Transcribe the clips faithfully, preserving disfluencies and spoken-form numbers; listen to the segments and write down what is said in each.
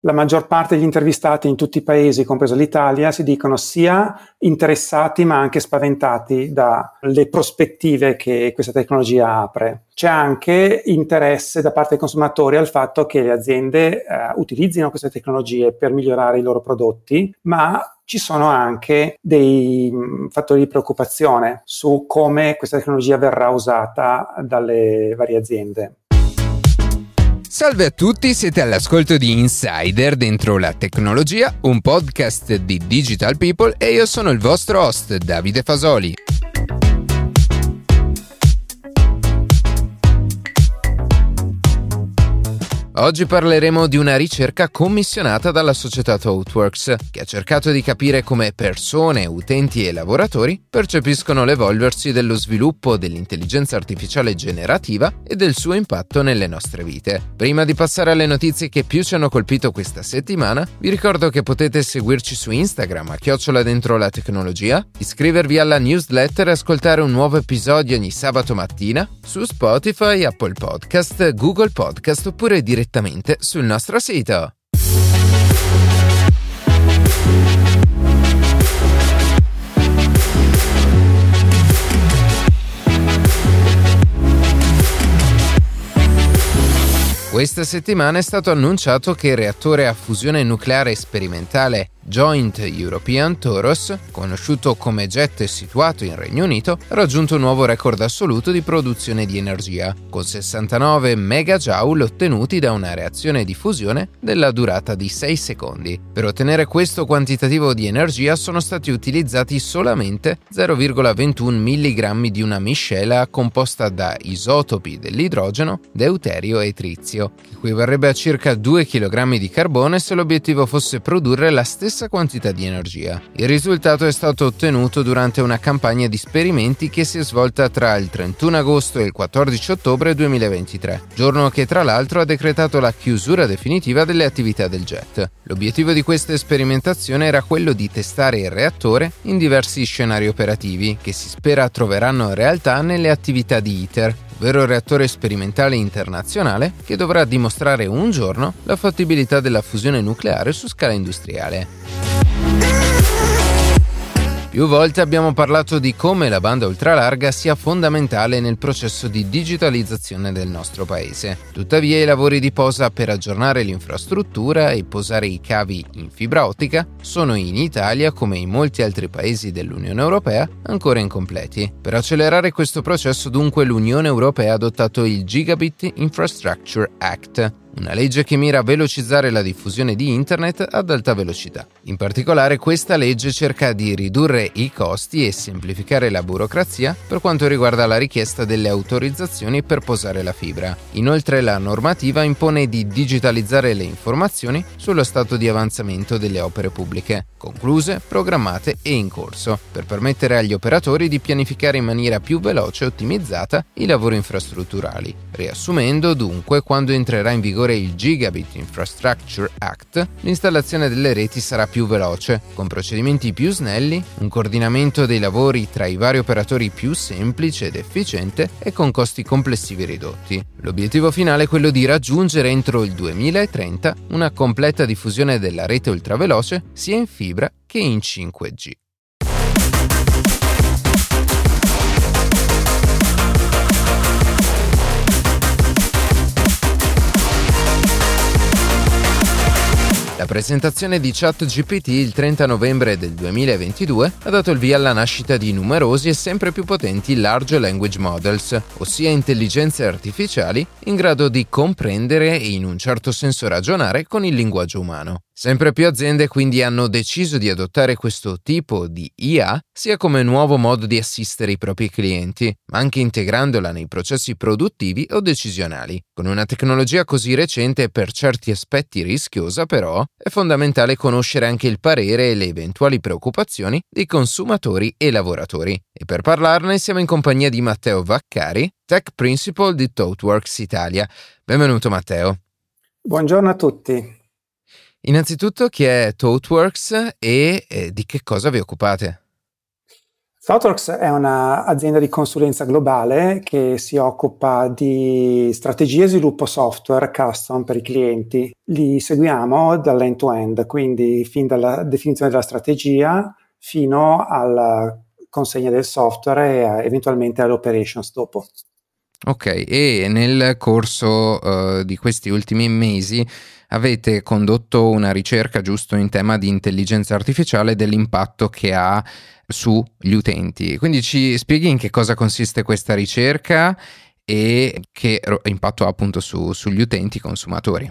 la maggior parte degli intervistati in tutti i paesi, compreso l'Italia, si dicono sia interessati ma anche spaventati dalle prospettive che questa tecnologia apre. C'è anche interesse da parte dei consumatori al fatto che le aziende eh, utilizzino queste tecnologie per migliorare i loro prodotti, ma ci sono anche dei mh, fattori di preoccupazione su come questa tecnologia verrà usata dalle varie aziende. Salve a tutti, siete all'ascolto di Insider dentro la tecnologia, un podcast di Digital People e io sono il vostro host Davide Fasoli. Oggi parleremo di una ricerca commissionata dalla società ThoughtWorks, che ha cercato di capire come persone, utenti e lavoratori percepiscono l'evolversi dello sviluppo dell'intelligenza artificiale generativa e del suo impatto nelle nostre vite. Prima di passare alle notizie che più ci hanno colpito questa settimana, vi ricordo che potete seguirci su Instagram a chiocciola dentro la tecnologia, iscrivervi alla newsletter e ascoltare un nuovo episodio ogni sabato mattina su Spotify, Apple Podcast, Google Podcast oppure direttamente direttamente sul nostro sito. Questa settimana è stato annunciato che il reattore a fusione nucleare sperimentale Joint European Toros, conosciuto come JET e situato in Regno Unito, ha raggiunto un nuovo record assoluto di produzione di energia, con sessantanove megajoule ottenuti da una reazione di fusione della durata di sei secondi. Per ottenere questo quantitativo di energia sono stati utilizzati solamente zero virgola ventuno milligrammi di una miscela composta da isotopi dell'idrogeno, deuterio e trizio, che equivarrebbe a circa due chilogrammi di carbone se l'obiettivo fosse produrre la stessa quantità di energia. Il risultato è stato ottenuto durante una campagna di esperimenti che si è svolta tra il trentuno agosto e il quattordici ottobre duemilaventitré, giorno che tra l'altro ha decretato la chiusura definitiva delle attività del JET. L'obiettivo di questa sperimentazione era quello di testare il reattore in diversi scenari operativi che si spera troveranno realtà nelle attività di ITER, ovvero reattore sperimentale internazionale che dovrà dimostrare un giorno la fattibilità della fusione nucleare su scala industriale. Più volte abbiamo parlato di come la banda ultralarga sia fondamentale nel processo di digitalizzazione del nostro paese. Tuttavia i lavori di posa per aggiornare l'infrastruttura e posare i cavi in fibra ottica sono in Italia, come in molti altri paesi dell'Unione Europea, ancora incompleti. Per accelerare questo processo dunque l'Unione Europea ha adottato il Gigabit Infrastructure Act, una legge che mira a velocizzare la diffusione di Internet ad alta velocità. In particolare, questa legge cerca di ridurre i costi e semplificare la burocrazia per quanto riguarda la richiesta delle autorizzazioni per posare la fibra. Inoltre, la normativa impone di digitalizzare le informazioni sullo stato di avanzamento delle opere pubbliche, concluse, programmate e in corso, per permettere agli operatori di pianificare in maniera più veloce e ottimizzata i lavori infrastrutturali. Riassumendo, dunque, quando entrerà in vigore il Gigabit Infrastructure Act, l'installazione delle reti sarà più veloce, con procedimenti più snelli, un coordinamento dei lavori tra i vari operatori più semplice ed efficiente e con costi complessivi ridotti. L'obiettivo finale è quello di raggiungere entro il duemilatrenta una completa diffusione della rete ultraveloce sia in fibra che in cinque G. La presentazione di ChatGPT il trenta novembre del duemilaventidue ha dato il via alla nascita di numerosi e sempre più potenti Large Language Models, ossia intelligenze artificiali in grado di comprendere e in un certo senso ragionare con il linguaggio umano. Sempre più aziende quindi hanno deciso di adottare questo tipo di I A sia come nuovo modo di assistere i propri clienti, ma anche integrandola nei processi produttivi o decisionali. Con una tecnologia così recente e per certi aspetti rischiosa, però, è fondamentale conoscere anche il parere e le eventuali preoccupazioni dei consumatori e lavoratori. E per parlarne siamo in compagnia di Matteo Vaccari, Tech Principal di ThoughtWorks Italia. Benvenuto Matteo. Buongiorno a tutti. Innanzitutto chi è ThoughtWorks e eh, di che cosa vi occupate? Thoughtworks è un'azienda di consulenza globale che si occupa di strategie e sviluppo software custom per i clienti. Li seguiamo dall'end to end, quindi fin dalla definizione della strategia fino alla consegna del software e eventualmente all'operations dopo. Ok, e nel corso uh, di questi ultimi mesi avete condotto una ricerca giusto in tema di intelligenza artificiale, dell'impatto che ha sugli utenti. Quindi ci spieghi in che cosa consiste questa ricerca e che impatto ha appunto su, sugli utenti consumatori.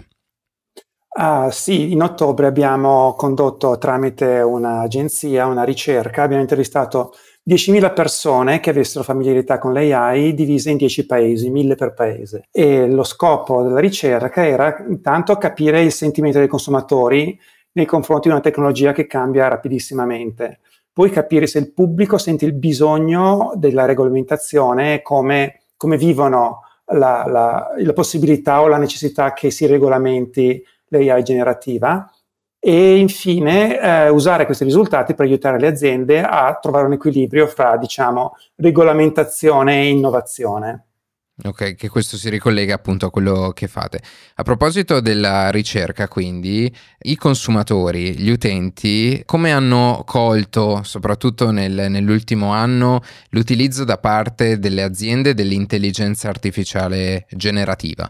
Ah, sì, in ottobre abbiamo condotto tramite un'agenzia una ricerca, abbiamo intervistato diecimila persone che avessero familiarità con l'A I divise in dieci paesi, mille per paese. E lo scopo della ricerca era intanto capire il sentimento dei consumatori nei confronti di una tecnologia che cambia rapidissimamente. Poi capire se il pubblico sente il bisogno della regolamentazione e come, come vivono la, la, la possibilità o la necessità che si regolamenti l'A I generativa. E infine eh, usare questi risultati per aiutare le aziende a trovare un equilibrio fra, diciamo, regolamentazione e innovazione. Ok, che questo si ricollega appunto a quello che fate. A proposito della ricerca, quindi, i consumatori, gli utenti, come hanno colto, soprattutto nel, nell'ultimo anno, l'utilizzo da parte delle aziende dell'intelligenza artificiale generativa?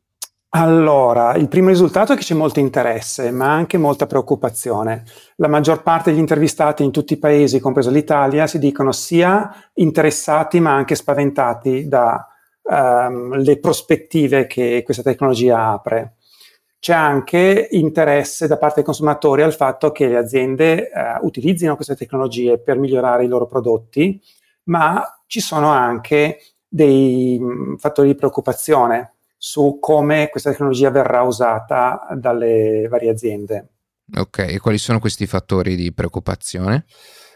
Allora, il primo risultato è che c'è molto interesse, ma anche molta preoccupazione. La maggior parte degli intervistati in tutti i paesi, compreso l'Italia, si dicono sia interessati ma anche spaventati da um, le prospettive che questa tecnologia apre. C'è anche interesse da parte dei consumatori al fatto che le aziende uh, utilizzino queste tecnologie per migliorare i loro prodotti, ma ci sono anche dei um, fattori di preoccupazione su come questa tecnologia verrà usata dalle varie aziende. Ok, e quali sono questi fattori di preoccupazione?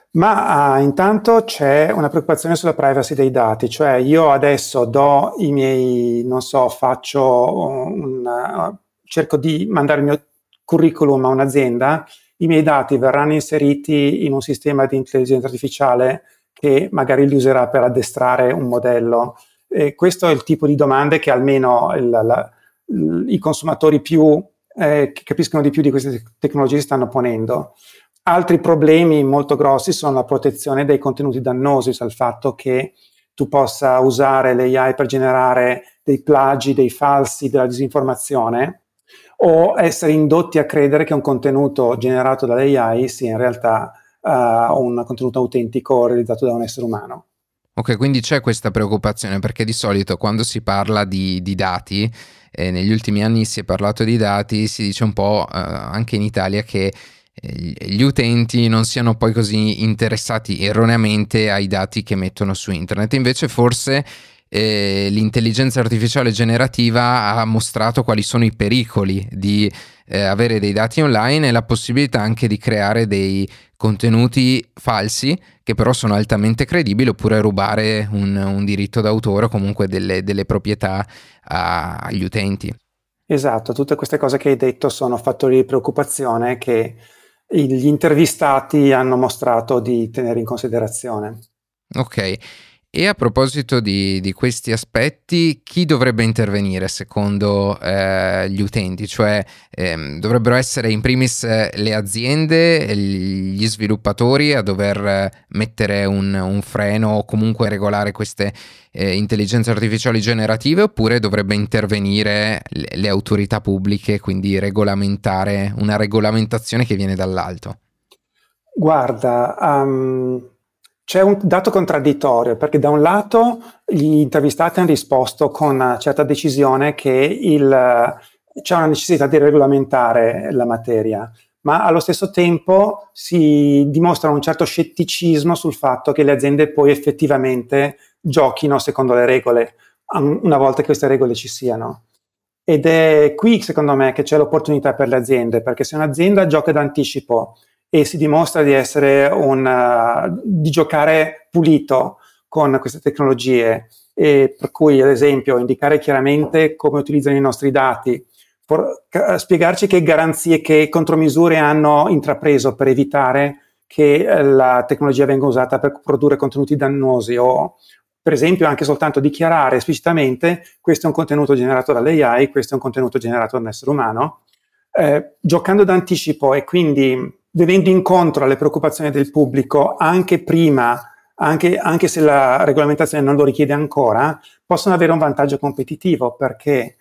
Ma ah, intanto c'è una preoccupazione sulla privacy dei dati, cioè io adesso do i miei, non so, faccio un, uh, cerco di mandare il mio curriculum a un'azienda, i miei dati verranno inseriti in un sistema di intelligenza artificiale che magari li userà per addestrare un modello. E questo è il tipo di domande che almeno il, la, i consumatori più eh, che capiscono di più di queste tecnologie si stanno ponendo. Altri problemi molto grossi sono la protezione dei contenuti dannosi, cioè il fatto che tu possa usare l'A I per generare dei plagi, dei falsi, della disinformazione, o essere indotti a credere che un contenuto generato dall'A I sia in realtà uh, un contenuto autentico realizzato da un essere umano. Ok, quindi c'è questa preoccupazione perché di solito quando si parla di, di dati, eh, negli ultimi anni si è parlato di dati, si dice un po' eh, anche in Italia che eh, gli utenti non siano poi così interessati erroneamente ai dati che mettono su internet. Invece forse eh, l'intelligenza artificiale generativa ha mostrato quali sono i pericoli di eh, avere dei dati online e la possibilità anche di creare dei contenuti falsi che però sono altamente credibili, oppure rubare un, un diritto d'autore o comunque delle, delle proprietà a, agli utenti. Esatto, tutte queste cose che hai detto sono fattori di preoccupazione che gli intervistati hanno mostrato di tenere in considerazione. Ok. E a proposito di, di questi aspetti, chi dovrebbe intervenire secondo eh, gli utenti? Cioè ehm, dovrebbero essere in primis eh, le aziende, gli sviluppatori a dover mettere un, un freno o comunque regolare queste eh, intelligenze artificiali generative, oppure dovrebbe intervenire le, le autorità pubbliche, quindi regolamentare una regolamentazione che viene dall'alto? Guarda, um... c'è un dato contraddittorio, perché da un lato gli intervistati hanno risposto con una certa decisione che il, c'è una necessità di regolamentare la materia, ma allo stesso tempo si dimostra un certo scetticismo sul fatto che le aziende poi effettivamente giochino secondo le regole, una volta che queste regole ci siano. Ed è qui, secondo me, che c'è l'opportunità per le aziende, perché se un'azienda gioca d'anticipo e si dimostra di essere un uh, di giocare pulito con queste tecnologie, e per cui ad esempio indicare chiaramente come utilizzano i nostri dati, for, ca, spiegarci che garanzie, che contromisure hanno intrapreso per evitare che eh, la tecnologia venga usata per produrre contenuti dannosi o per esempio anche soltanto dichiarare esplicitamente questo è un contenuto generato dall'A I, questo è un contenuto generato da un essere umano, eh, giocando d'anticipo e quindi venendo incontro alle preoccupazioni del pubblico anche prima, anche, anche se la regolamentazione non lo richiede ancora, possono avere un vantaggio competitivo perché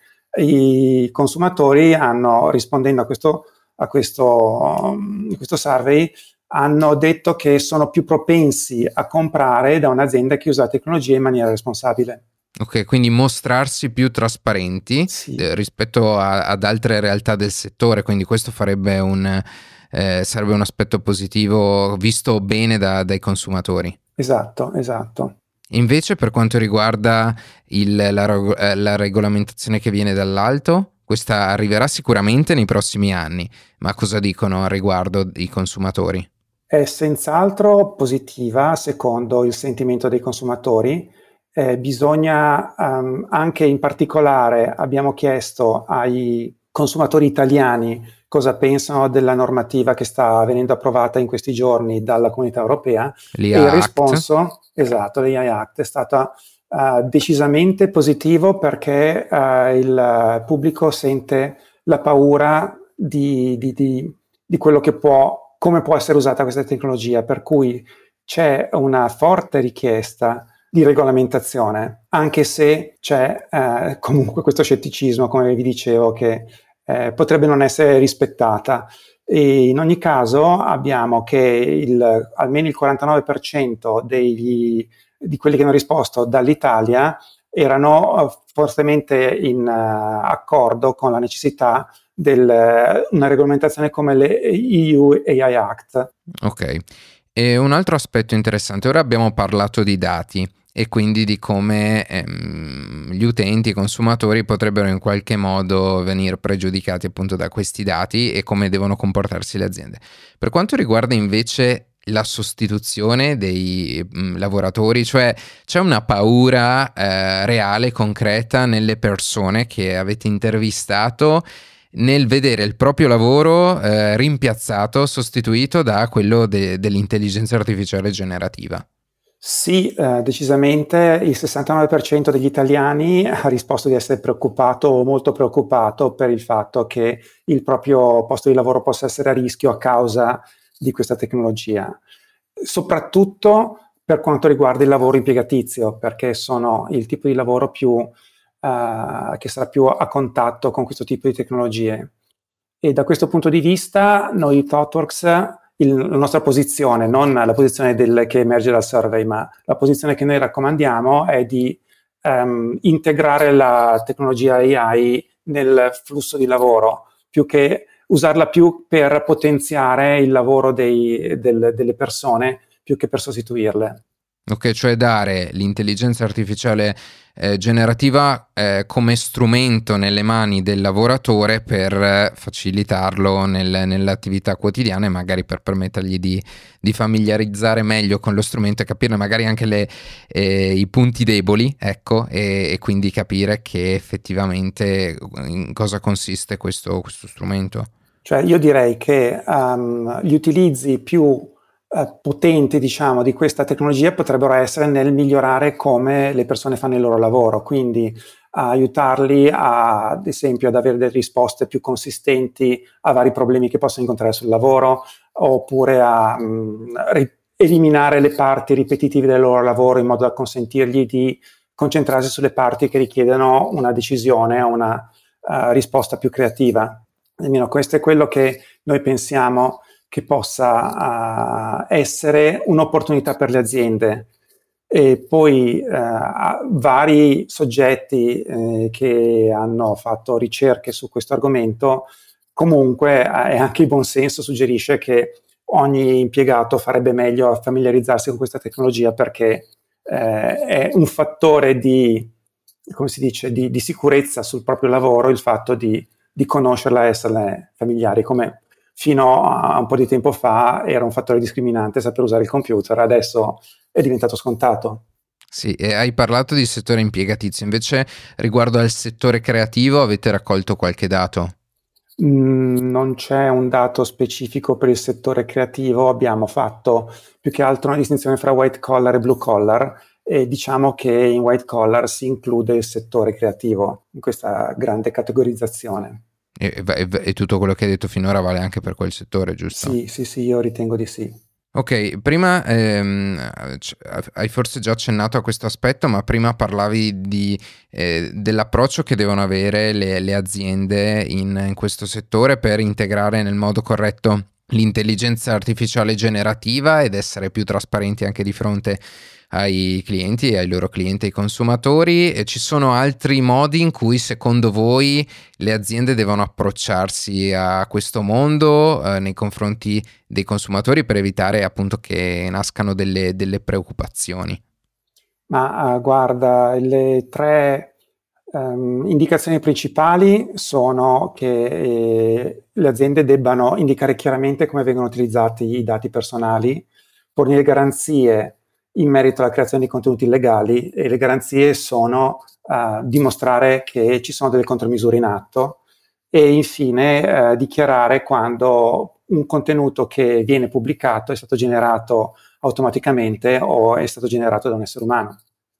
i consumatori hanno, rispondendo a questo, a questo, a questo survey, hanno detto che sono più propensi a comprare da un'azienda che usa la tecnologia in maniera responsabile. Ok, quindi mostrarsi più trasparenti sì. eh, rispetto a, ad altre realtà del settore, quindi questo farebbe un, eh, sarebbe un aspetto positivo visto bene da, dai consumatori. Esatto, esatto. Invece per quanto riguarda il, la, la regolamentazione che viene dall'alto, questa arriverà sicuramente nei prossimi anni, ma cosa dicono al riguardo i consumatori? È senz'altro positiva secondo il sentimento dei consumatori. Eh, bisogna um, anche in particolare abbiamo chiesto ai consumatori italiani cosa pensano della normativa che sta venendo approvata in questi giorni dalla Comunità Europea L'I A e il Act. risponso, esatto, l'A I Act è stato uh, decisamente positivo perché uh, il pubblico sente la paura di, di, di, di quello che può come può essere usata questa tecnologia, per cui c'è una forte richiesta di regolamentazione, anche se c'è eh, comunque questo scetticismo, come vi dicevo, che eh, potrebbe non essere rispettata. E in ogni caso abbiamo che il, almeno il quarantanove per cento degli, di quelli che hanno risposto dall'Italia erano fortemente in uh, accordo con la necessità di una regolamentazione come le E U A I Act. Ok, e un altro aspetto interessante, ora abbiamo parlato di dati e quindi di come ehm, gli utenti, i consumatori potrebbero in qualche modo venire pregiudicati appunto da questi dati e come devono comportarsi le aziende. Per quanto riguarda invece la sostituzione dei mh, lavoratori, cioè c'è una paura eh, reale, concreta nelle persone che avete intervistato nel vedere il proprio lavoro eh, rimpiazzato, sostituito da quello de- dell'intelligenza artificiale generativa? Sì, eh, decisamente il sessantanove per cento degli italiani ha risposto di essere preoccupato o molto preoccupato per il fatto che il proprio posto di lavoro possa essere a rischio a causa di questa tecnologia, soprattutto per quanto riguarda il lavoro impiegatizio, perché sono il tipo di lavoro più, uh, che sarà più a contatto con questo tipo di tecnologie. E da questo punto di vista noi ThoughtWorks, il, la nostra posizione, non la posizione del, che emerge dal survey, ma la posizione che noi raccomandiamo è di um, integrare la tecnologia A I nel flusso di lavoro, più che usarla più per potenziare il lavoro dei, del, delle persone, più che per sostituirle. Ok, cioè dare l'intelligenza artificiale eh, generativa eh, come strumento nelle mani del lavoratore per eh, facilitarlo nel, nell'attività quotidiana e magari per permettergli di, di familiarizzare meglio con lo strumento e capire magari anche le, eh, i punti deboli, ecco, e, e quindi capire che effettivamente in cosa consiste questo, questo strumento. Cioè io direi che um, gli utilizzi più Uh, potenti, diciamo, di questa tecnologia potrebbero essere nel migliorare come le persone fanno il loro lavoro, quindi a aiutarli a, ad esempio ad avere delle risposte più consistenti a vari problemi che possono incontrare sul lavoro, oppure a um, ri- eliminare le parti ripetitive del loro lavoro in modo da consentirgli di concentrarsi sulle parti che richiedono una decisione o una uh, risposta più creativa. Almeno questo è quello che noi pensiamo che possa uh, essere un'opportunità per le aziende. E poi uh, vari soggetti eh, che hanno fatto ricerche su questo argomento, comunque eh, anche il buon senso suggerisce che ogni impiegato farebbe meglio a familiarizzarsi con questa tecnologia perché eh, è un fattore di, come si dice, di, di sicurezza sul proprio lavoro il fatto di, di conoscerla e esserne familiari, come fino a un po' di tempo fa era un fattore discriminante saper usare il computer, adesso è diventato scontato. Sì, e hai parlato di settore impiegatizio, invece riguardo al settore creativo avete raccolto qualche dato? Mm, non c'è un dato specifico per il settore creativo, abbiamo fatto più che altro una distinzione fra white collar e blue collar e diciamo che in white collar si include il settore creativo in questa grande categorizzazione. E, e, e tutto quello che hai detto finora vale anche per quel settore, giusto? Sì, sì, sì, io ritengo di sì. Ok, prima ehm, hai forse già accennato a questo aspetto, ma prima parlavi di, eh, dell'approccio che devono avere le, le aziende in, in questo settore per integrare nel modo corretto l'intelligenza artificiale generativa ed essere più trasparenti anche di fronte ai clienti e ai loro clienti, ai consumatori. E ci sono altri modi in cui secondo voi le aziende devono approcciarsi a questo mondo eh, nei confronti dei consumatori per evitare appunto che nascano delle, delle preoccupazioni? Ma uh, guarda, le tre um, indicazioni principali sono che eh, le aziende debbano indicare chiaramente come vengono utilizzati i dati personali, fornire garanzie in merito alla creazione di contenuti illegali e le garanzie sono uh, dimostrare che ci sono delle contromisure in atto e infine uh, dichiarare quando un contenuto che viene pubblicato è stato generato automaticamente o è stato generato da un essere umano.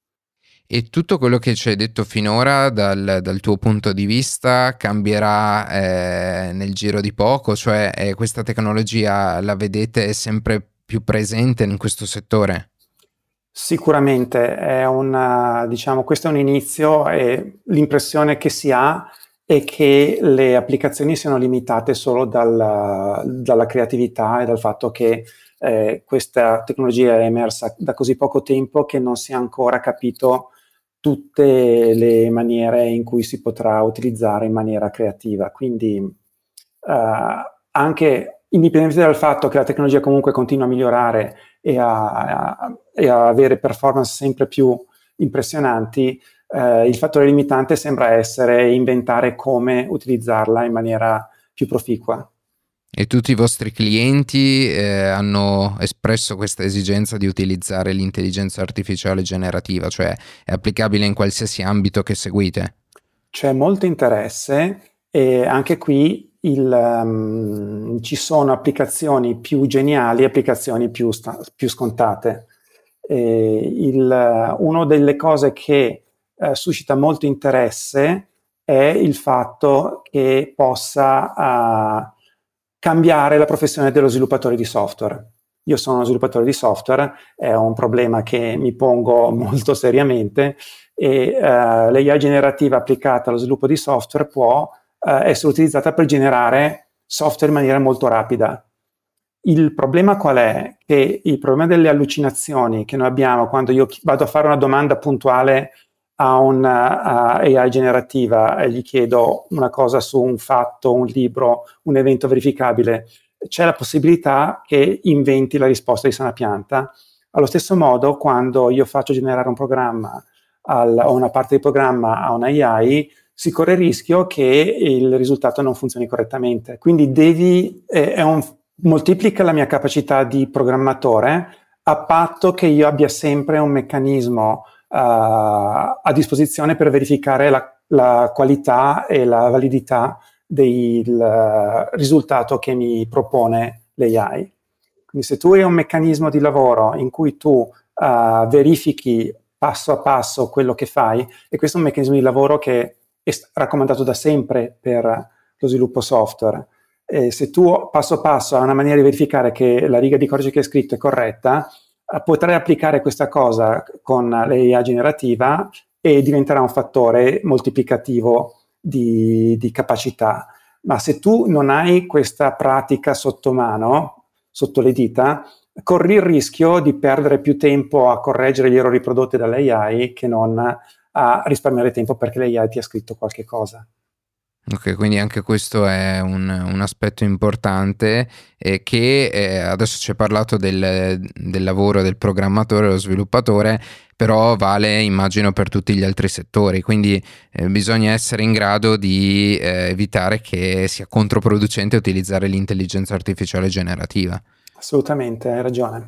E tutto quello che ci hai detto finora dal, dal tuo punto di vista cambierà eh, nel giro di poco? Cioè eh, questa tecnologia la vedete sempre più presente in questo settore? Sicuramente è una, diciamo, questo è un inizio e l'impressione che si ha è che le applicazioni siano limitate solo dalla, dalla creatività e dal fatto che eh, questa tecnologia è emersa da così poco tempo che non si è ancora capito tutte le maniere in cui si potrà utilizzare in maniera creativa. Quindi eh, anche indipendentemente dal fatto che la tecnologia comunque continua a migliorare e a, a, e a avere performance sempre più impressionanti, eh, il fattore limitante sembra essere inventare come utilizzarla in maniera più proficua. E tutti i vostri clienti eh, hanno espresso questa esigenza di utilizzare l'intelligenza artificiale generativa, cioè è applicabile in qualsiasi ambito che seguite? C'è molto interesse e anche qui il, um, ci sono applicazioni più geniali, applicazioni più, sta- più scontate. E il, una delle cose che eh, suscita molto interesse è il fatto che possa uh, cambiare la professione dello sviluppatore di software. Io sono uno sviluppatore di software, è un problema che mi pongo molto seriamente e uh, l'A I generativa applicata allo sviluppo di software può uh, essere utilizzata per generare software in maniera molto rapida. Il problema qual è? Che il problema delle allucinazioni che noi abbiamo quando io vado a fare una domanda puntuale a una uh, A I generativa e gli chiedo una cosa su un fatto, un libro, un evento verificabile, c'è la possibilità che inventi la risposta di sana pianta. Allo stesso modo, quando io faccio generare un programma al, o una parte del programma a una A I, si corre il rischio che il risultato non funzioni correttamente. Quindi devi, eh, è un, moltiplica la mia capacità di programmatore a patto che io abbia sempre un meccanismo uh, a disposizione per verificare la, la qualità e la validità del risultato che mi propone l'A I. Quindi se tu hai un meccanismo di lavoro in cui tu uh, verifichi passo a passo quello che fai, e questo è un meccanismo di lavoro che è raccomandato da sempre per lo sviluppo software. E se tu passo passo hai una maniera di verificare che la riga di codice che hai scritto è corretta, uh, potrai applicare questa cosa con l'A I generativa e diventerà un fattore moltiplicativo di, di capacità. Ma se tu non hai questa pratica sotto mano, sotto le dita, corri il rischio di perdere più tempo a correggere gli errori prodotti dall'A I che non a risparmiare tempo perché l'A I ti ha scritto qualche cosa. Ok, quindi anche questo è un, un aspetto importante eh, che eh, adesso ci hai parlato del, del lavoro del programmatore, dello sviluppatore, però vale immagino per tutti gli altri settori, quindi eh, bisogna essere in grado di eh, evitare che sia controproducente utilizzare l'intelligenza artificiale generativa. Assolutamente, hai ragione.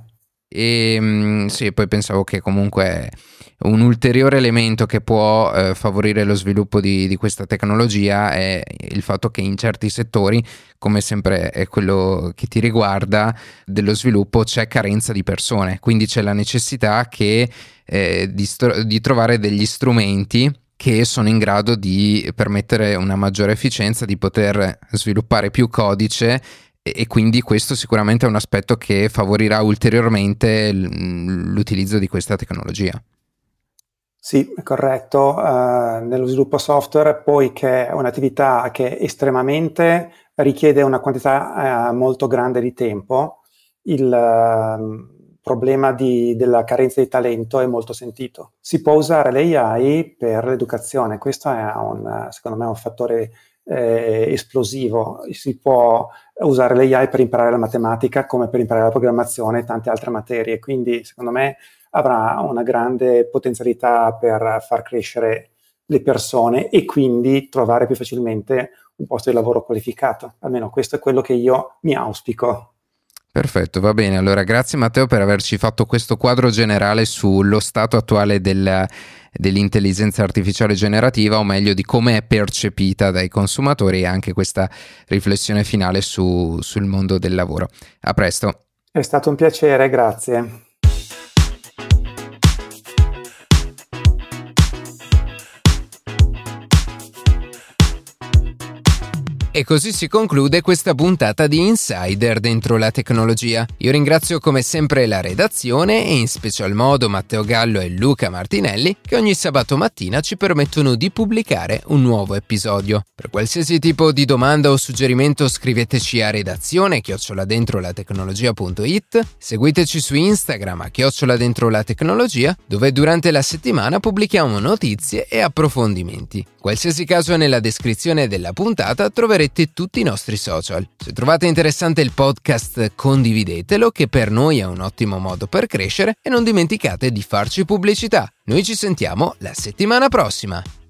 E mh, sì, poi pensavo che comunque un ulteriore elemento che può eh, favorire lo sviluppo di, di questa tecnologia è il fatto che in certi settori, come sempre è quello che ti riguarda dello sviluppo, c'è carenza di persone, quindi c'è la necessità che eh, di, stro- di trovare degli strumenti che sono in grado di permettere una maggiore efficienza, di poter sviluppare più codice, e quindi questo sicuramente è un aspetto che favorirà ulteriormente l'utilizzo di questa tecnologia. Sì, è corretto. Uh, nello sviluppo software, poi, che è un'attività che estremamente richiede una quantità uh, molto grande di tempo, il uh, problema di, della carenza di talento è molto sentito. Si può usare l'A I per l'educazione, questo è un, secondo me un fattore eh, esplosivo. Si può usare l'A I per imparare la matematica come per imparare la programmazione e tante altre materie, quindi secondo me avrà una grande potenzialità per far crescere le persone e quindi trovare più facilmente un posto di lavoro qualificato. Almeno questo è quello che io mi auspico. Perfetto, va bene. Allora, grazie Matteo per averci fatto questo quadro generale sullo stato attuale del, dell'intelligenza artificiale generativa, o meglio di come è percepita dai consumatori, e anche questa riflessione finale su, sul mondo del lavoro. A presto. È stato un piacere, grazie. E così si conclude questa puntata di Insider dentro la tecnologia. Io ringrazio come sempre la redazione e in special modo Matteo Gallo e Luca Martinelli, che ogni sabato mattina ci permettono di pubblicare un nuovo episodio. Per qualsiasi tipo di domanda o suggerimento scriveteci a redazione chiocciola dentro la tecnologia punto it, seguiteci su Instagram a chiocciola dentro la tecnologia, dove durante la settimana pubblichiamo notizie e approfondimenti. Qualsiasi caso, nella descrizione della puntata troverete tutti i nostri social. Se trovate interessante il podcast, condividetelo, che per noi è un ottimo modo per crescere, e non dimenticate di farci pubblicità. Noi ci sentiamo la settimana prossima.